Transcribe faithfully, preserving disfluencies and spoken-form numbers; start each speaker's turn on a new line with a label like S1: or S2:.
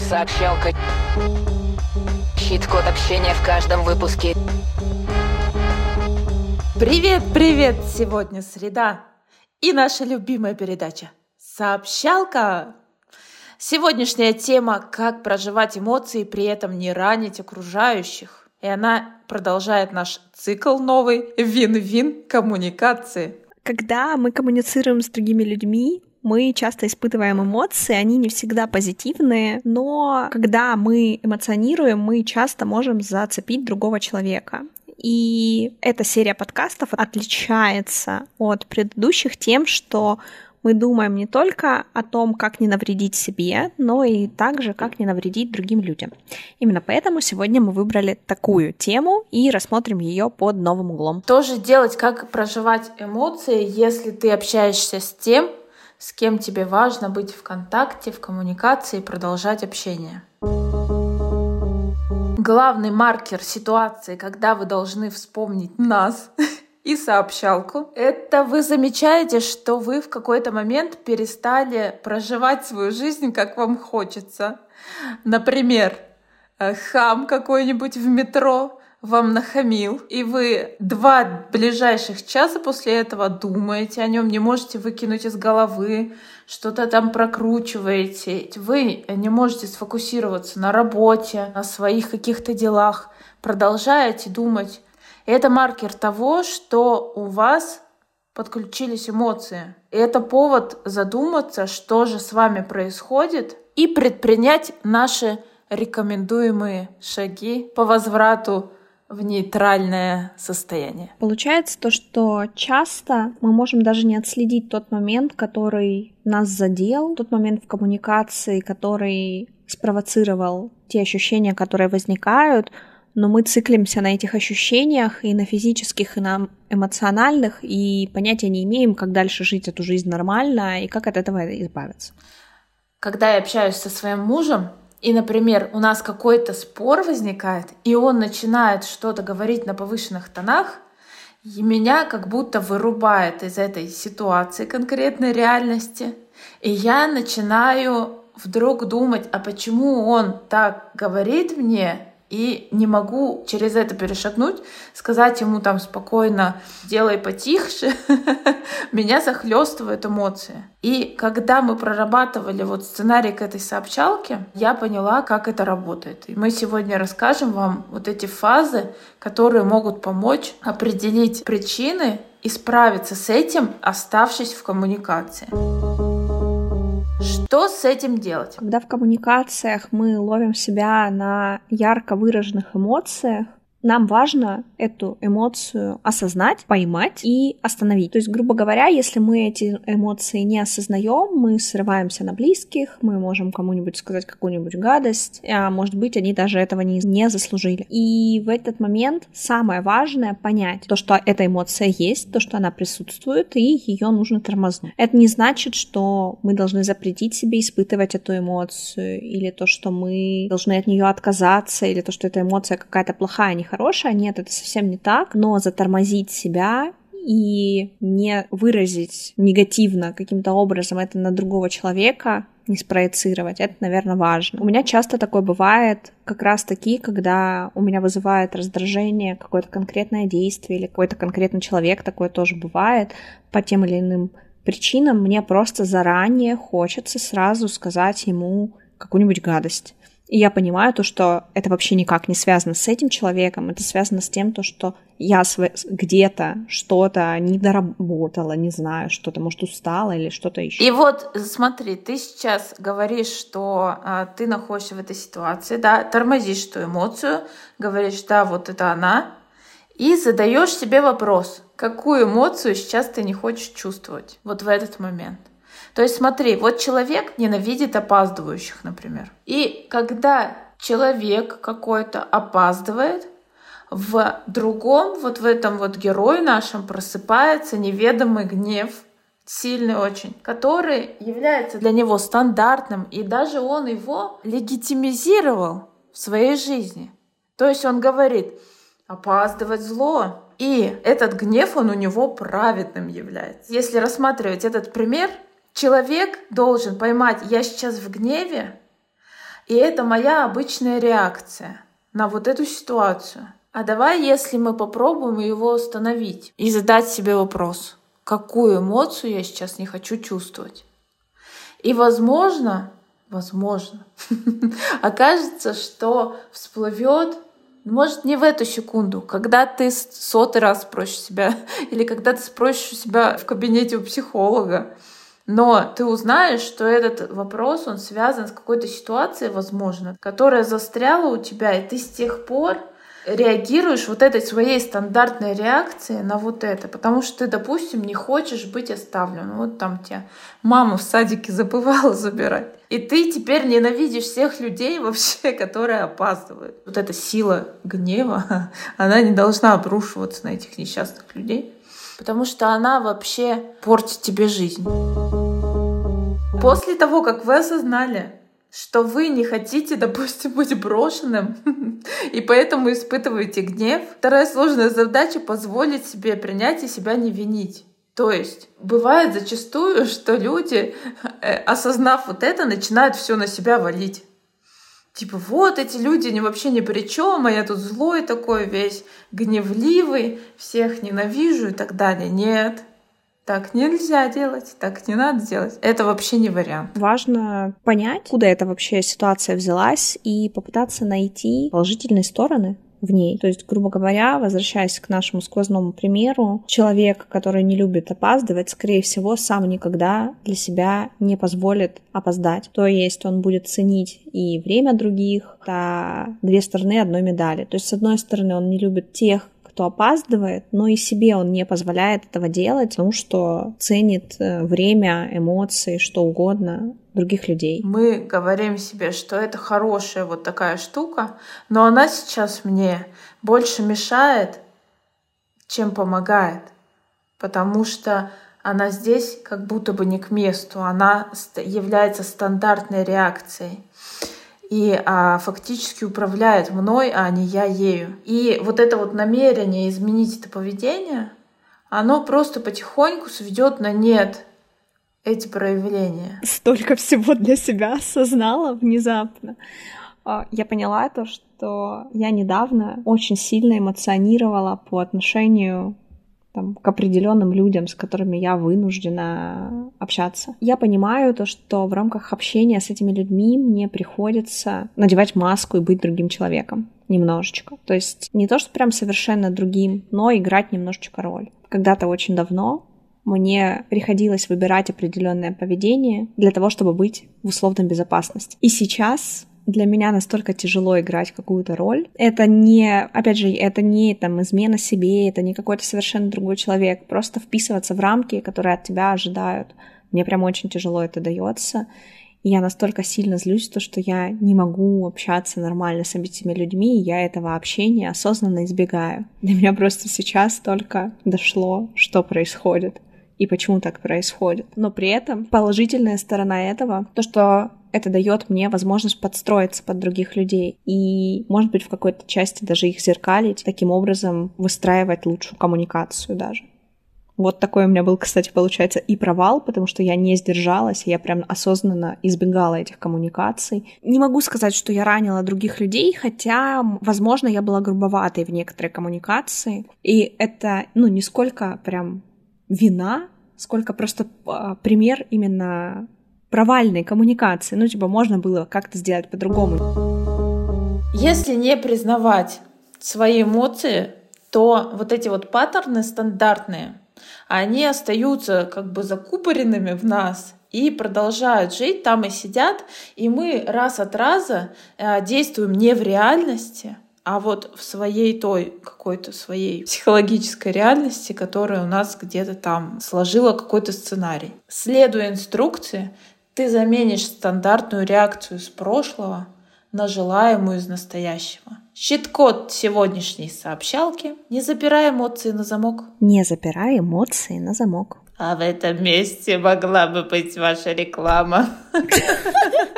S1: Сообщалка. Щит-код общения в каждом выпуске.
S2: Привет, привет! Сегодня среда и наша любимая передача «Сообщалка». Сегодняшняя тема «Как проживать эмоции, при этом не ранить окружающих». И она продолжает наш цикл новый «Вин-вин коммуникации».
S3: Когда мы коммуницируем с другими людьми, мы часто испытываем эмоции, они не всегда позитивные, но когда мы эмоционируем, мы часто можем зацепить другого человека. И эта серия подкастов отличается от предыдущих тем, что мы думаем не только о том, как не навредить себе, но и также, как не навредить другим людям. Именно поэтому сегодня мы выбрали такую тему и рассмотрим ее под новым углом.
S2: Тоже делать, как проживать эмоции, если ты общаешься с тем, с кем тебе важно быть в контакте, в коммуникации и продолжать общение. Главный маркер ситуации, когда вы должны вспомнить нас и сообщалку, это вы замечаете, что вы в какой-то момент перестали проживать свою жизнь, как вам хочется. Например, хам какой-нибудь в метро вам нахамил, и вы два ближайших часа после этого думаете о нем, не можете выкинуть из головы, что-то там прокручиваете. Вы не можете сфокусироваться на работе, на своих каких-то делах, продолжаете думать. Это маркер того, что у вас подключились эмоции. И это повод задуматься, что же с вами происходит, и предпринять наши рекомендуемые шаги по возврату в нейтральное состояние.
S3: Получается то, что часто мы можем даже не отследить тот момент, который нас задел, тот момент в коммуникации, который спровоцировал те ощущения, которые возникают, но мы циклимся на этих ощущениях и на физических, и на эмоциональных, и понятия не имеем, как дальше жить эту жизнь нормально и как от этого избавиться.
S2: Когда я общаюсь со своим мужем, и, например, у нас какой-то спор возникает, и он начинает что-то говорить на повышенных тонах, и меня как будто вырубает из этой ситуации конкретной реальности. И я начинаю вдруг думать, а почему он так говорит мне, и не могу через это перешагнуть, сказать ему там спокойно «делай потише», меня захлестывают эмоции. И когда мы прорабатывали вот сценарий к этой сообщалке, я поняла, как это работает. И мы сегодня расскажем вам вот эти фазы, которые могут помочь определить причины и справиться с этим, оставшись в коммуникации. Что с этим делать?
S3: Когда в коммуникациях мы ловим себя на ярко выраженных эмоциях, нам важно эту эмоцию осознать, поймать и остановить. То есть, грубо говоря, если мы эти эмоции не осознаем, мы срываемся на близких, мы можем кому-нибудь сказать какую-нибудь гадость, а может быть, они даже этого не, не заслужили. И в этот момент самое важное — понять то, что эта эмоция есть, то, что она присутствует, и ее нужно тормознуть. Это не значит, что мы должны запретить себе испытывать эту эмоцию, или то, что мы должны от нее отказаться, или то, что эта эмоция какая-то плохая, нехорошая. Хорошая, нет, это совсем не так, но затормозить себя и не выразить негативно каким-то образом это на другого человека, не спроецировать, это, наверное, важно. У меня часто такое бывает как раз-таки, когда у меня вызывает раздражение какое-то конкретное действие или какой-то конкретный человек, такое тоже бывает по тем или иным причинам, мне просто заранее хочется сразу сказать ему какую-нибудь гадость. И я понимаю то, что это вообще никак не связано с этим человеком, это связано с тем, то, что я где-то что-то не доработала, не знаю, что-то, может, устала или что-то еще.
S2: И вот смотри, ты сейчас говоришь, что а, ты находишься в этой ситуации, да, тормозишь эту эмоцию, говоришь, да, вот это она, и задаешь себе вопрос, какую эмоцию сейчас ты не хочешь чувствовать вот в этот момент. То есть смотри, вот человек ненавидит опаздывающих, например. И когда человек какой-то опаздывает, в другом, вот в этом вот герое нашем просыпается неведомый гнев, сильный очень, который является для него стандартным, и даже он его легитимизировал в своей жизни. То есть он говорит, опаздывать зло. И этот гнев, он у него праведным является. Если рассматривать этот пример, человек должен поймать, я сейчас в гневе, И это моя обычная реакция на вот эту ситуацию. А давай, если мы попробуем его остановить и задать себе вопрос, какую эмоцию я сейчас не хочу чувствовать. И возможно, возможно, окажется, что всплывет, может, не в эту секунду, когда ты сотый раз спросишь себя, или когда ты спросишь у себя в кабинете у психолога, но ты узнаешь, что этот вопрос, он связан с какой-то ситуацией, возможно, которая застряла у тебя, и ты с тех пор реагируешь вот этой своей стандартной реакцией на вот это, потому что ты, допустим, не хочешь быть оставлен. Вот там тебя мама в садике забывала забирать. И ты теперь ненавидишь всех людей вообще, которые опаздывают. Вот эта сила гнева, она не должна обрушиваться на этих несчастных людей, потому что она вообще портит тебе жизнь. После того, как вы осознали, что вы не хотите, допустим, быть брошенным, и поэтому испытываете гнев, вторая сложная задача — позволить себе принять и себя не винить. То есть бывает зачастую, что люди, осознав вот это, начинают все на себя валить. Типа, вот эти люди не вообще ни при чем, а я тут злой такой весь, гневливый, всех ненавижу и так далее. Нет. Так нельзя делать, так не надо делать. Это вообще не вариант.
S3: Важно понять, куда эта вообще ситуация взялась, и попытаться найти положительные стороны в ней. То есть, грубо говоря, возвращаясь к нашему сквозному примеру, человек, который не любит опаздывать, скорее всего, сам никогда для себя не позволит опоздать. То есть он будет ценить и время других, это две стороны одной медали. То есть, с одной стороны, он не любит тех, кто опаздывает, но и себе он не позволяет этого делать, потому что ценит время, эмоции, что угодно других людей.
S2: Мы говорим себе, что это хорошая вот такая штука, но она сейчас мне больше мешает, чем помогает, потому что она здесь как будто бы не к месту, она является стандартной реакцией. И а, фактически управляет мной, а не я ею. И вот это вот намерение изменить это поведение, оно просто потихоньку сведет на нет эти проявления.
S3: Столько всего для себя осознала внезапно. Я поняла то, что я недавно очень сильно эмоционировала по отношению там, к определенным людям, с которыми я вынуждена общаться. Я понимаю то, что в рамках общения с этими людьми мне приходится надевать маску и быть другим человеком немножечко. То есть не то, что прям совершенно другим, но играть немножечко роль. Когда-то очень давно мне приходилось выбирать определенное поведение для того, чтобы быть в условной безопасности. И сейчас для меня настолько тяжело играть какую-то роль. Это не, опять же, это не там измена себе, это не какой-то совершенно другой человек. Просто вписываться в рамки, которые от тебя ожидают. Мне прям очень тяжело это дается. И я настолько сильно злюсь, то, что я не могу общаться нормально с этими людьми, и я этого общения осознанно избегаю. До меня просто сейчас только дошло, что происходит и почему так происходит. Но при этом положительная сторона этого, то, что это дает мне возможность подстроиться под других людей и, может быть, в какой-то части даже их зеркалить, таким образом выстраивать лучшую коммуникацию даже. Вот такой у меня был, кстати, получается, и провал, потому что я не сдержалась, я прям осознанно избегала этих коммуникаций. Не могу сказать, что я ранила других людей, хотя, возможно, я была грубоватой в некоторой коммуникации. И это, ну, не сколько прям вина, сколько просто пример именно провальной коммуникации. Ну, типа, можно было как-то сделать по-другому.
S2: Если не признавать свои эмоции, то вот эти вот паттерны стандартные, они остаются как бы закупоренными в нас и продолжают жить там и сидят, и мы раз от раза действуем не в реальности, а вот в своей той какой-то своей психологической реальности, которая у нас где-то там сложила какой-то сценарий. Следуя инструкции, ты заменишь стандартную реакцию с прошлого на желаемую из настоящего. Щит-код сегодняшней сообщалки: не запирай эмоции на замок.
S3: Не запирай эмоции на замок.
S2: А в этом месте могла бы быть ваша реклама.